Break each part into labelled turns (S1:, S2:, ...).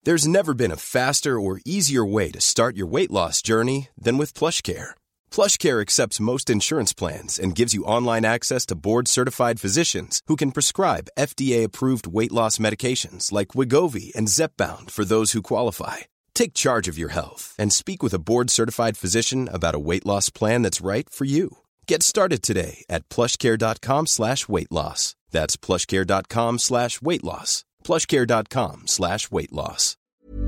S1: There's never been a faster or easier way to start your weight loss journey than with PlushCare. PlushCare accepts most insurance plans and gives you online access to board-certified physicians who can prescribe FDA-approved weight loss medications like Wegovy and Zepbound for those who qualify. Take charge of your health and speak with a board-certified physician about a weight loss plan that's right for you. Get started today at plushcare.com/weight loss. That's plushcare.com/weight loss. plushcare.com/weight loss.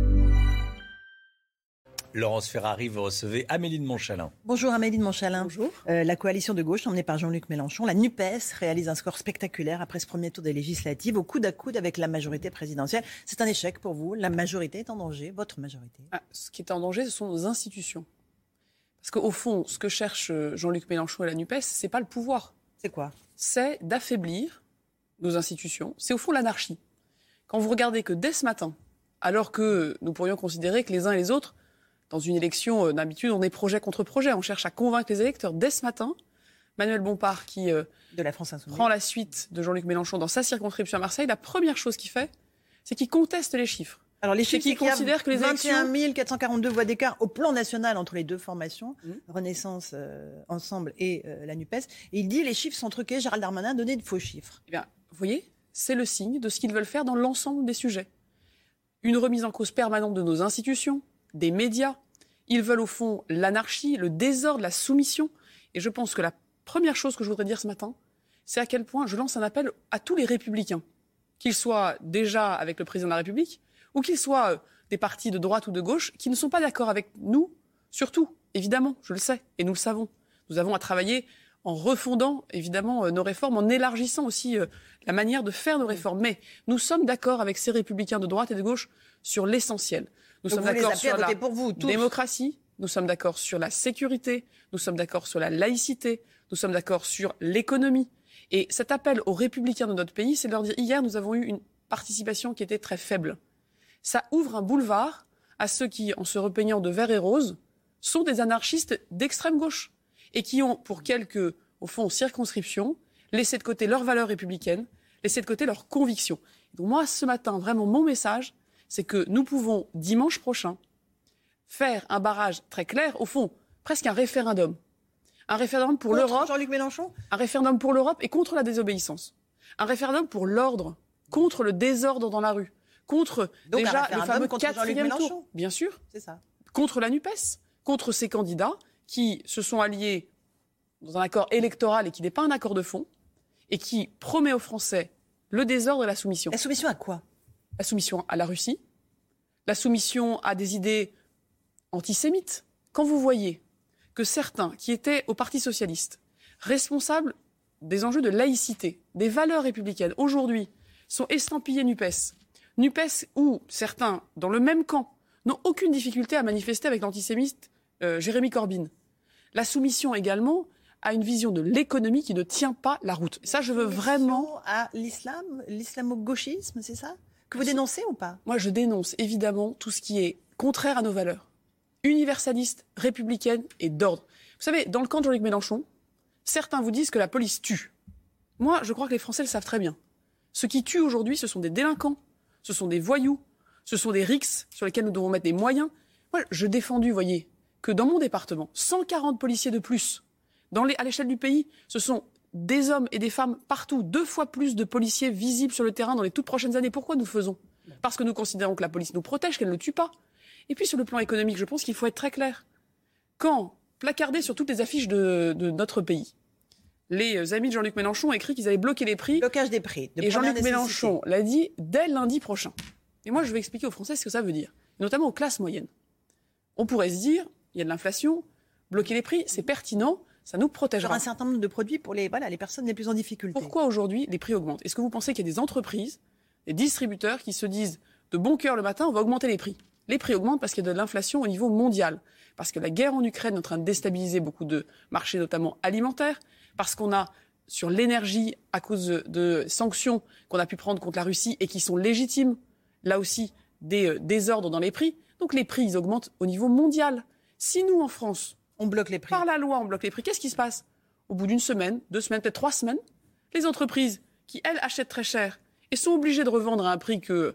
S2: Laurence Ferrari, vous recevez Amélie de Montchalin.
S3: Bonjour Amélie de Montchalin.
S4: Bonjour.
S3: La coalition de gauche, emmenée par Jean-Luc Mélenchon, la NUPES, réalise un score spectaculaire après ce premier tour des législatives, au coude à coude avec la majorité présidentielle. C'est un échec pour vous. La majorité est en danger, votre majorité.
S4: Ce qui est en danger, ce sont nos institutions. Parce qu'au fond, ce que cherche Jean-Luc Mélenchon et la NUPES, c'est pas le pouvoir.
S3: C'est quoi ?
S4: C'est d'affaiblir nos institutions. C'est au fond l'anarchie. Quand vous regardez que dès ce matin, alors que nous pourrions considérer que les uns et les autres, dans une élection, d'habitude, on est projet contre projet. On cherche à convaincre les électeurs. Dès ce matin, Manuel Bompard, qui
S3: de la France Insoumise,
S4: prend la suite de Jean-Luc Mélenchon dans sa circonscription à Marseille, la première chose qu'il fait, c'est qu'il conteste les chiffres.
S3: Alors les chiffres,
S4: c'est qu'il considère que les
S3: 21 442 voix d'écart au plan national entre les deux formations, Renaissance Ensemble et la NUPES. Et il dit les chiffres sont truqués, Gérald Darmanin a donné de faux chiffres.
S4: Eh bien, vous voyez, c'est le signe de ce qu'ils veulent faire dans l'ensemble des sujets. Une remise en cause permanente de nos institutions, des médias. Ils veulent au fond l'anarchie, le désordre, la soumission. Et je pense que la première chose que je voudrais dire ce matin, c'est à quel point je lance un appel à tous les républicains, qu'ils soient déjà avec le président de la République ou qu'ils soient des partis de droite ou de gauche qui ne sont pas d'accord avec nous, surtout, évidemment, je le sais, et nous le savons. Nous avons à travailler en refondant, évidemment, nos réformes, en élargissant aussi la manière de faire nos réformes. Mais nous sommes d'accord avec ces républicains de droite et de gauche sur l'essentiel. Nous sommes d'accord sur la démocratie, nous sommes d'accord sur la sécurité, nous sommes d'accord sur la laïcité, nous sommes d'accord sur l'économie. Et cet appel aux républicains de notre pays, c'est de leur dire, hier, nous avons eu une participation qui était très faible. Ça ouvre un boulevard à ceux qui, en se repeignant de vert et rose, sont des anarchistes d'extrême gauche et qui ont, pour quelques, au fond, circonscriptions, laissé de côté leurs valeurs républicaines, laissé de côté leurs convictions. Donc moi, ce matin, vraiment, mon message, c'est que nous pouvons, dimanche prochain, faire un barrage très clair, au fond, presque un référendum. Un référendum pour l'Europe.
S3: Jean-Luc Mélenchon ?
S4: Un référendum pour l'Europe et contre la désobéissance. Un référendum pour l'ordre, contre le désordre dans la rue, contre
S3: donc
S4: déjà
S3: le
S4: fameux
S3: contre
S4: quatrième tour. Bien sûr.
S3: C'est ça.
S4: Contre la NUPES, contre ces candidats qui se sont alliés dans un accord électoral et qui n'est pas un accord de fond et qui promet aux Français le désordre et la soumission.
S3: La soumission à quoi ?
S4: La soumission à la Russie, la soumission à des idées antisémites. Quand vous voyez que certains qui étaient au Parti socialiste, responsables des enjeux de laïcité, des valeurs républicaines, aujourd'hui sont estampillés NUPES. NUPES où certains, dans le même camp, n'ont aucune difficulté à manifester avec l'antisémite Jérémy Corbyn. La soumission également à une vision de l'économie qui ne tient pas la route. Ça, je veux vraiment...
S3: à l'islam, l'islamo-gauchisme, c'est ça ? Que vous dénoncez ou pas ?
S4: Moi, je dénonce évidemment tout ce qui est contraire à nos valeurs, universalistes, républicaines et d'ordre. Vous savez, dans le camp de Jean-Luc Mélenchon, certains vous disent que la police tue. Moi, je crois que les Français le savent très bien. Ce qui tue aujourd'hui, ce sont des délinquants, ce sont des voyous, ce sont des rixes sur lesquels nous devons mettre des moyens. Moi, je défendu, voyez, que dans mon département, 140 policiers de plus, à l'échelle du pays, ce sont des hommes et des femmes partout, 2 fois plus de policiers visibles sur le terrain dans les toutes prochaines années. Pourquoi nous faisons ? Parce que nous considérons que la police nous protège, qu'elle ne tue pas. Et puis sur le plan économique, je pense qu'il faut être très clair. Quand, placardé sur toutes les affiches de notre pays, les amis de Jean-Luc Mélenchon ont écrit qu'ils allaient bloquer les prix.
S3: Blocage des prix.
S4: Et Jean-Luc Mélenchon l'a dit dès lundi prochain. Et moi, je vais expliquer aux Français ce que ça veut dire, notamment aux classes moyennes. On pourrait se dire, il y a de l'inflation, bloquer les prix, c'est pertinent, ça nous protégera.
S3: Sur un certain nombre de produits pour les personnes les plus en difficulté.
S4: Pourquoi aujourd'hui les prix augmentent ? Est-ce que vous pensez qu'il y a des entreprises, des distributeurs qui se disent de bon cœur le matin, on va augmenter les prix ? Les prix augmentent parce qu'il y a de l'inflation au niveau mondial, parce que la guerre en Ukraine est en train de déstabiliser beaucoup de marchés, notamment alimentaires, parce qu'on a sur l'énergie, à cause de sanctions qu'on a pu prendre contre la Russie et qui sont légitimes, là aussi, des désordres dans les prix. Donc les prix, ils augmentent au niveau mondial. Si nous, en France,
S3: on bloque les prix.
S4: Par la loi, on bloque les prix, qu'est-ce qui se passe ? Au bout d'une semaine, 2 semaines, peut-être 3 semaines, les entreprises qui, elles, achètent très cher et sont obligées de revendre à un prix que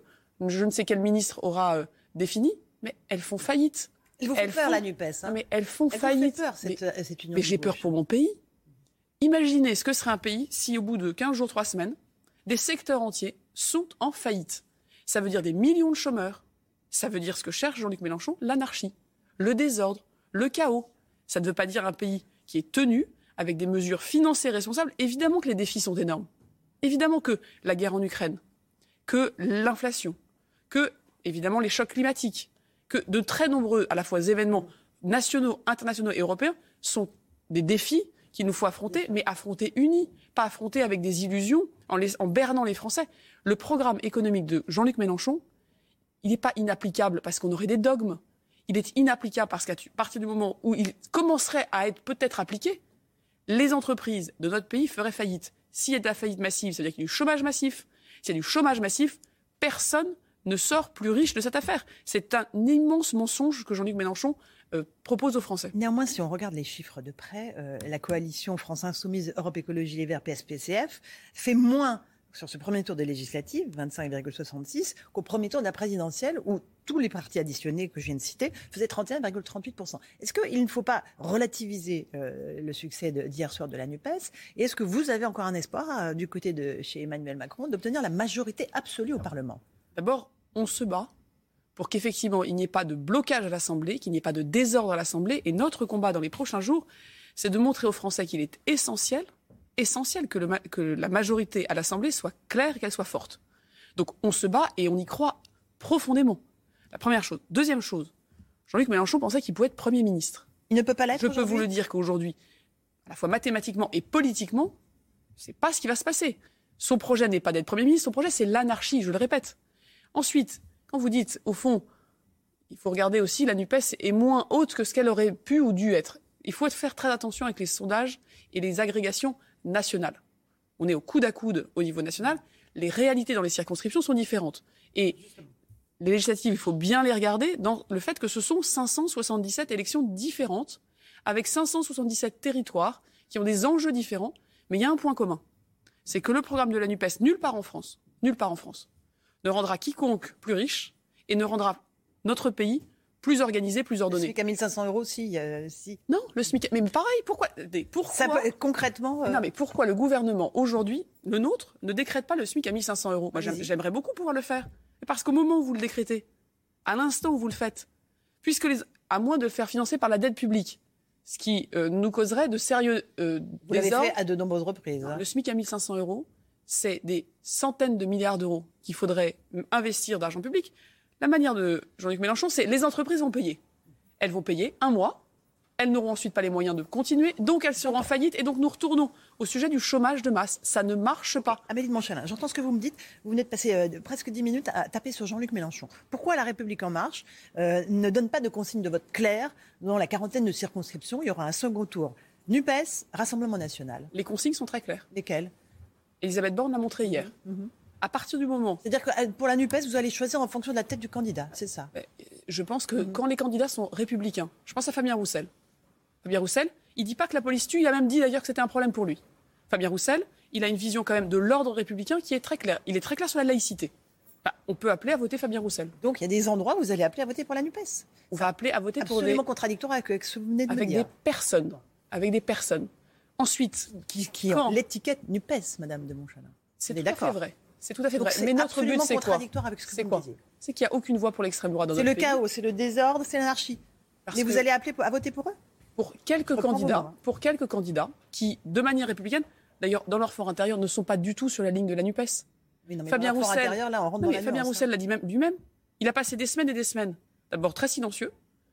S4: je ne sais quel ministre aura défini, mais elles font faillite.
S3: Ils vous font peur, la NUPES.
S4: Mais elles font faillite.
S3: Vous fait peur, cette union
S4: mais j'ai peur pour mon pays. Imaginez ce que serait un pays si, au bout de 15 jours, 3 semaines, des secteurs entiers sont en faillite. Ça veut dire des millions de chômeurs. Ça veut dire ce que cherche Jean-Luc Mélenchon, l'anarchie, le désordre, le chaos. Ça ne veut pas dire un pays qui est tenu avec des mesures financées responsables. Évidemment que les défis sont énormes. Évidemment que la guerre en Ukraine, que l'inflation, que, évidemment, les chocs climatiques, que de très nombreux, à la fois, événements nationaux, internationaux et européens sont des défis qu'il nous faut affronter, mais affronter unis, pas affronter avec des illusions, en bernant les Français. Le programme économique de Jean-Luc Mélenchon, il n'est pas inapplicable parce qu'on aurait des dogmes. Il est inapplicable parce qu'à partir du moment où il commencerait à être peut-être appliqué, les entreprises de notre pays feraient faillite. S'il y a de la faillite massive, ça veut dire qu'il y a du chômage massif. S'il y a du chômage massif, personne ne sort plus riche de cette affaire. C'est un immense mensonge que Jean-Luc Mélenchon propose aux Français.
S3: Néanmoins, si on regarde les chiffres de près, la coalition France Insoumise, Europe Écologie Les Verts, PS-PCF fait moins sur ce premier tour des législatives, 25,66, qu'au premier tour de la présidentielle, où tous les partis additionnés que je viens de citer faisaient 31,38%. Est-ce qu'il ne faut pas relativiser le succès d'hier soir de la NUPES? Et est-ce que vous avez encore un espoir, du côté de chez Emmanuel Macron, d'obtenir la majorité absolue au Parlement?
S4: D'abord, on se bat pour qu'effectivement, il n'y ait pas de blocage à l'Assemblée, qu'il n'y ait pas de désordre à l'Assemblée. Et notre combat dans les prochains jours, c'est de montrer aux Français qu'il est essentiel que la majorité à l'Assemblée soit claire et qu'elle soit forte. Donc on se bat et on y croit profondément. La première chose. Deuxième chose, Jean-Luc Mélenchon pensait qu'il pouvait être Premier ministre.
S3: Il ne peut pas l'être.
S4: Je peux vous le dire qu'aujourd'hui, à la fois mathématiquement et politiquement, c'est pas ce qui va se passer. Son projet n'est pas d'être Premier ministre, son projet c'est l'anarchie, je le répète. Ensuite, quand vous dites, au fond, il faut regarder aussi, la NUPES est moins haute que ce qu'elle aurait pu ou dû être. Il faut faire très attention avec les sondages et les agrégations nationales. On est au coude à coude au niveau national. Les réalités dans les circonscriptions sont différentes. Et les législatives, il faut bien les regarder dans le fait que ce sont 577 élections différentes, avec 577 territoires qui ont des enjeux différents. Mais il y a un point commun. C'est que le programme de la NUPES, nulle part en France, ne rendra quiconque plus riche et ne rendra notre pays plus organisé, plus ordonné.
S3: Le SMIC à 1 500 €, si.
S4: Non, le SMIC... Mais pareil, pourquoi
S3: ça peut, concrètement...
S4: Non, mais pourquoi le gouvernement, aujourd'hui, le nôtre, ne décrète pas le SMIC à 1 500 €? Moi, j'aimerais beaucoup pouvoir le faire. Parce qu'au moment où vous le décrétez, à l'instant où vous le faites, à moins de le faire financer par la dette publique, ce qui nous causerait de sérieux
S3: Vous l'avez fait à de nombreuses reprises.
S4: Le SMIC à 1 500 €, c'est des centaines de milliards d'euros qu'il faudrait investir d'argent public. La manière de Jean-Luc Mélenchon, c'est les entreprises vont payer. Elles vont payer un mois, elles n'auront ensuite pas les moyens de continuer, donc elles seront en faillite. Et donc nous retournons au sujet du chômage de masse. Ça ne marche pas.
S3: Amélie de Montchalin, j'entends ce que vous me dites. Vous venez de passer presque 10 minutes à taper sur Jean-Luc Mélenchon. Pourquoi La République En Marche ne donne pas de consigne de vote claire dans la quarantaine de circonscriptions? Il y aura un second tour. NUPES, Rassemblement National.
S4: Les consignes sont très claires.
S3: Lesquelles?
S4: Elisabeth Borne l'a montré hier. À partir du moment...
S3: C'est-à-dire que pour la NUPES, vous allez choisir en fonction de la tête du candidat, c'est ça?
S4: Je pense que quand les candidats sont républicains, je pense à Fabien Roussel. Fabien Roussel, il ne dit pas que la police tue, il a même dit d'ailleurs que c'était un problème pour lui. Fabien Roussel, il a une vision quand même de l'ordre républicain qui est très claire. Il est très clair sur la laïcité. On peut appeler à voter Fabien Roussel.
S3: Donc il y a des endroits où vous allez appeler à voter pour la NUPES.
S4: On va appeler à voter pour des...
S3: Absolument contradictoire avec ce que vous venez de me dire.
S4: Avec des personnes. Ensuite...
S3: Qui ont l'étiquette NUPES, Madame de Montchalin.
S4: C'est tout à fait vrai. C'est tout à fait vrai.
S3: Mais notre but, c'est quoi? C'est quoi?
S4: C'est qu'il n'y a aucune voix pour l'extrême droite dans notre pays.
S3: C'est le chaos, c'est le désordre, c'est l'anarchie. Mais vous allez appeler à voter pour eux?
S4: Pour quelques candidats qui, de manière républicaine, d'ailleurs, dans leur fort intérieur, ne sont pas du tout sur la ligne de la NUPES.
S3: Fabien
S4: Roussel l'a dit lui-même. Il a passé des semaines et des semaines, d'abord très silencieux,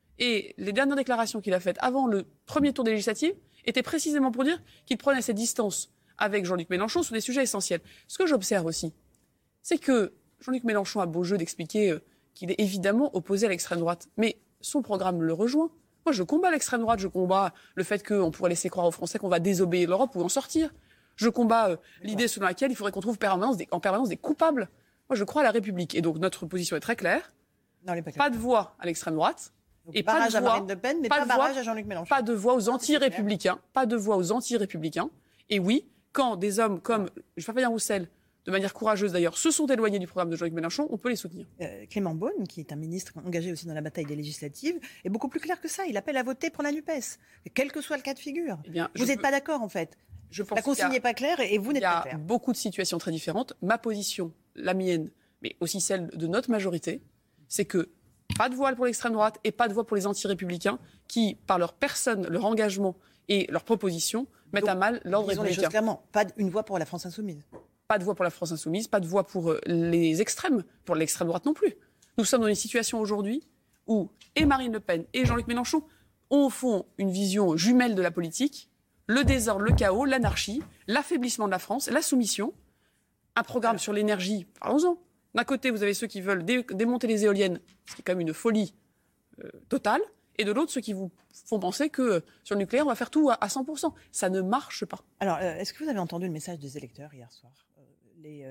S4: et les dernières déclarations qu'il a faites avant le premier tour des législatives étaient précisément pour dire qu'il prenait ses distances avec Jean-Luc Mélenchon sur des sujets essentiels. Ce que j'observe aussi, c'est que Jean-Luc Mélenchon a beau jeu d'expliquer qu'il est évidemment opposé à l'extrême droite, mais son programme le rejoint. Moi, je combats l'extrême droite, je combats le fait qu'on pourrait laisser croire aux Français qu'on va désobéir l'Europe ou en sortir. Je combats l'idée selon laquelle il faudrait qu'on trouve en permanence des coupables. Moi, je crois à la République. Et donc, notre position est très claire. Pas de voix à l'extrême droite.
S3: Donc, et barrage à Marine Le Pen, mais pas barrage à Jean-Luc Mélenchon.
S4: Pas de voix aux anti-républicains. Pas de voix aux anti-républicains. Et oui, quand des hommes comme Fabien Roussel, de manière courageuse d'ailleurs, se sont éloignés du programme de Jean-Luc Mélenchon, on peut les soutenir.
S3: Clément Beaune, qui est un ministre engagé aussi dans la bataille des législatives, est beaucoup plus clair que ça. Il appelle à voter pour la NUPES, quel que soit le cas de figure.
S4: Eh bien,
S3: vous n'êtes pas d'accord, en fait. La consigne n'est pas claire et vous n'êtes pas clair.
S4: Il y a beaucoup de situations très différentes. Ma position, la mienne, mais aussi celle de notre majorité, c'est que pas de voile pour l'extrême droite et pas de voile pour les anti-républicains qui, par leur personne, leur engagement et leurs propositions, mettent à mal l'ordre républicain.
S3: Les choses clairement, pas une voix pour la France insoumise.
S4: Pas de voix pour la France insoumise, pas de voix pour les extrêmes, pour l'extrême droite non plus. Nous sommes dans une situation aujourd'hui où et Marine Le Pen et Jean-Luc Mélenchon font une vision jumelle de la politique, le désordre, le chaos, l'anarchie, l'affaiblissement de la France, la soumission, un programme sur l'énergie, parlons-en. D'un côté, vous avez ceux qui veulent démonter les éoliennes, ce qui est quand même une folie totale, et de l'autre, ceux qui vous font penser que sur le nucléaire, on va faire tout à 100%. Ça ne marche pas.
S3: Alors, est-ce que vous avez entendu le message des électeurs hier soir ? Les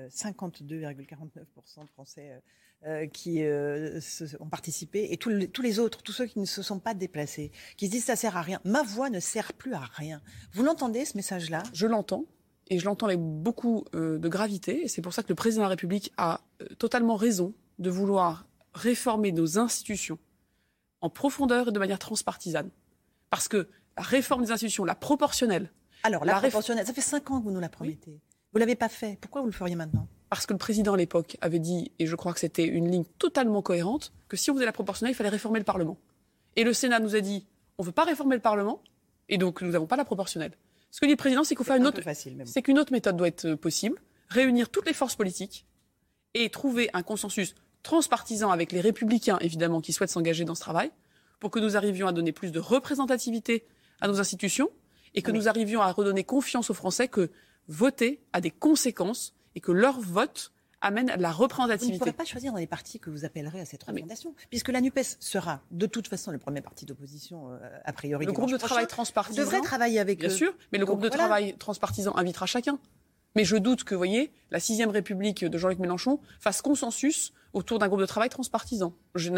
S3: 52,49% de Français qui ont participé et tous les autres, tous ceux qui ne se sont pas déplacés, qui se disent ça sert à rien. Ma voix ne sert plus à rien. Vous l'entendez, ce message-là ?
S4: Je l'entends. Et je l'entends avec beaucoup de gravité. Et c'est pour ça que le président de la République a totalement raison de vouloir réformer nos institutions en profondeur et de manière transpartisane. Parce que la réforme des institutions, la proportionnelle...
S3: Alors, la proportionnelle, ça fait 5 ans que vous nous la promettez. Oui. Vous ne l'avez pas fait. Pourquoi vous le feriez maintenant ?
S4: Parce que le président à l'époque avait dit, et je crois que c'était une ligne totalement cohérente, que si on faisait la proportionnelle, il fallait réformer le Parlement. Et le Sénat nous a dit, on ne veut pas réformer le Parlement, et donc nous n'avons pas la proportionnelle. Ce que dit le président, c'est qu'il faut faire c'est qu'une autre méthode doit être possible, réunir toutes les forces politiques et trouver un consensus transpartisan avec les républicains, évidemment, qui souhaitent s'engager dans ce travail, pour que nous arrivions à donner plus de représentativité à nos institutions et que nous arrivions à redonner confiance aux Français que voter a des conséquences et que leur vote amène à de la représentativité.
S3: Vous ne pourrez pas choisir dans les partis que vous appellerez à cette refondation, puisque la NUPES sera de toute façon le premier parti d'opposition a priori.
S4: Le groupe de travail transpartisan
S3: devrait travailler avec
S4: bien sûr, mais le groupe de travail transpartisan invitera chacun. Mais je doute que, vous voyez, la 6e République de Jean-Luc Mélenchon fasse consensus autour d'un groupe de travail transpartisan.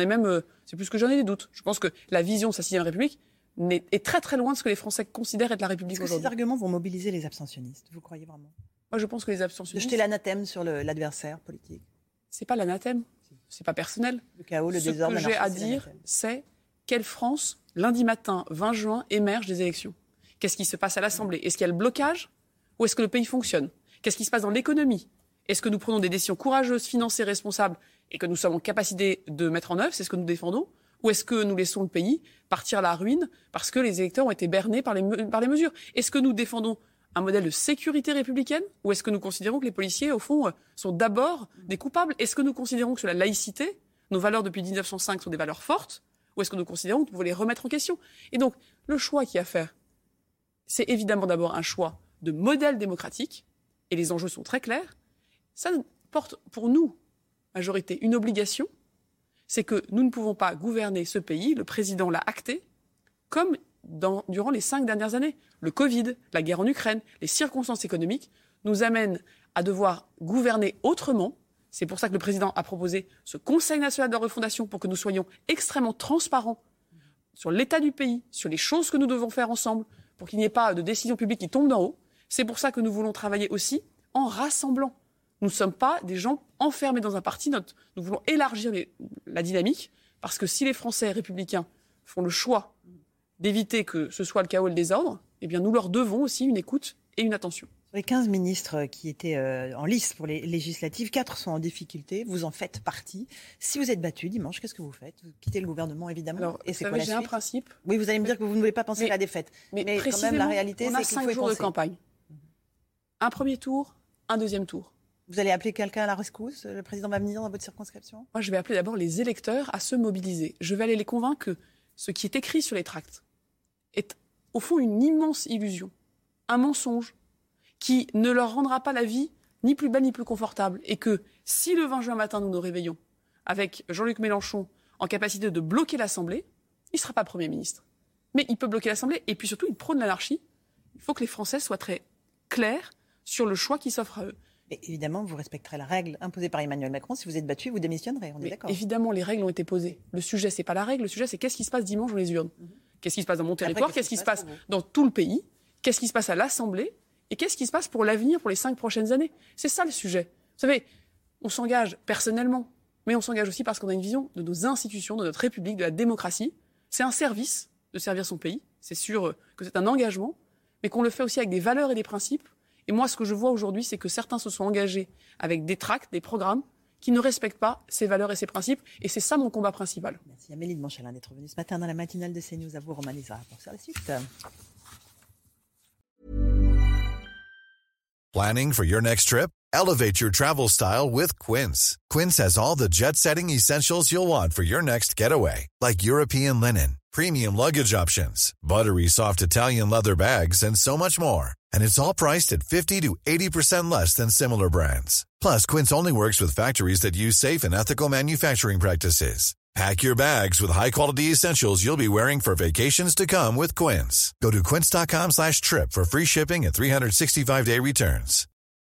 S4: C'est plus que j'en ai des doutes. Je pense que la vision de sa 6e République est très très loin de ce que les Français considèrent être la République aujourd'hui.
S3: Est-ce que ces arguments vont mobiliser les abstentionnistes ? Vous croyez vraiment ?
S4: Moi, je pense que les abstentionnistes...
S3: De jeter l'anathème sur l'adversaire politique.
S4: C'est pas l'anathème, c'est pas personnel.
S3: Le chaos, le désordre,
S4: ce que j'ai à dire, c'est quelle France, lundi matin, 20 juin, émerge des élections. Qu'est-ce qui se passe à l'Assemblée ? Est-ce qu'il y a le blocage ou est-ce que le pays fonctionne ? Qu'est-ce qui se passe dans l'économie ? Est-ce que nous prenons des décisions courageuses, financées, responsables et que nous sommes en capacité de mettre en œuvre ? C'est ce que nous défendons ? Ou est-ce que nous laissons le pays partir à la ruine parce que les électeurs ont été bernés par les mesures ? Est-ce que nous défendons un modèle de sécurité républicaine ? Ou est-ce que nous considérons que les policiers, au fond, sont d'abord des coupables ? Est-ce que nous considérons que sur la laïcité, nos valeurs depuis 1905 sont des valeurs fortes ? Ou est-ce que nous considérons qu'il faut les remettre en question ? Et donc, le choix qu'il y a à faire, c'est évidemment d'abord un choix de modèle démocratique, et les enjeux sont très clairs. Ça porte pour nous, majorité, une obligation, c'est que nous ne pouvons pas gouverner ce pays, le président l'a acté, comme durant les 5 dernières années. Le Covid, la guerre en Ukraine, les circonstances économiques nous amènent à devoir gouverner autrement. C'est pour ça que le président a proposé ce Conseil national de refondation pour que nous soyons extrêmement transparents sur l'état du pays, sur les choses que nous devons faire ensemble, pour qu'il n'y ait pas de décisions publiques qui tombent d'en haut. C'est pour ça que nous voulons travailler aussi en rassemblant. Nous ne sommes pas des gens enfermés dans un parti. Nous voulons élargir la dynamique, parce que si les Français républicains font le choix d'éviter que ce soit le chaos et le désordre, eh bien nous leur devons aussi une écoute et une attention.
S3: Sur les 15 ministres qui étaient en lice pour les législatives, 4 sont en difficulté, vous en faites partie. Si vous êtes battu dimanche, qu'est-ce que vous faites ? Vous quittez le gouvernement, évidemment.
S4: Alors,
S3: et c'est quoi la suite ?
S4: J'ai un principe.
S3: Oui, vous allez me dire que vous ne voulez pas penser à la défaite. Mais quand même, la réalité, c'est qu'il faut y penser. On a 5
S4: jours de campagne. Un premier tour, un deuxième tour.
S3: Vous allez appeler quelqu'un à la rescousse ? Le président va venir dans votre circonscription ?
S4: Moi, je vais appeler d'abord les électeurs à se mobiliser. Je vais aller les convaincre que ce qui est écrit sur les tracts est au fond une immense illusion, un mensonge qui ne leur rendra pas la vie ni plus belle ni plus confortable. Et que si le 20 juin matin nous nous réveillons avec Jean-Luc Mélenchon en capacité de bloquer l'Assemblée, il ne sera pas Premier ministre. Mais il peut bloquer l'Assemblée et puis surtout il prône l'anarchie. Il faut que les Français soient très clairs sur le choix qui s'offre à eux.
S3: Mais évidemment, vous respecterez la règle imposée par Emmanuel Macron. Si vous êtes battu, vous démissionnerez, on est d'accord.
S4: Évidemment, les règles ont été posées. Le sujet, c'est pas la règle. Le sujet, c'est qu'est-ce qui se passe dimanche dans les urnes. Qu'est-ce qui se passe dans mon territoire ? Qu'est-ce qui se passe dans tout le pays ? Qu'est-ce qui se passe à l'Assemblée ? Et qu'est-ce qui se passe pour l'avenir, pour les 5 prochaines années ? C'est ça le sujet. savez, on s'engage personnellement, mais on s'engage aussi parce qu'on a une vision de nos institutions, de notre République, de la démocratie. C'est un service de servir son pays. C'est sûr que c'est un engagement, mais qu'on le fait aussi avec des valeurs et des principes. Et moi, ce que je vois aujourd'hui, c'est que certains se sont engagés avec des tracts, des programmes qui ne respectent pas ces valeurs et ces principes. Et c'est ça mon combat principal.
S3: Merci Amélie de Montchalin d'être venue ce matin dans la matinale de CNews. À vous, Romain Lézard, pour faire la suite.
S5: Planning for your next trip? Elevate your travel style with Quince. Quince has all the jet-setting essentials you'll want for your next getaway, like European linen, premium luggage options, buttery soft Italian leather bags, and so much more. And it's all priced at 50 to 80% less than similar brands. Plus, Quince only works with factories that use safe and ethical manufacturing practices. Pack your bags with high-quality essentials you'll be wearing for vacations to come with Quince. Go to quince.com/trip for free shipping and 365-day returns.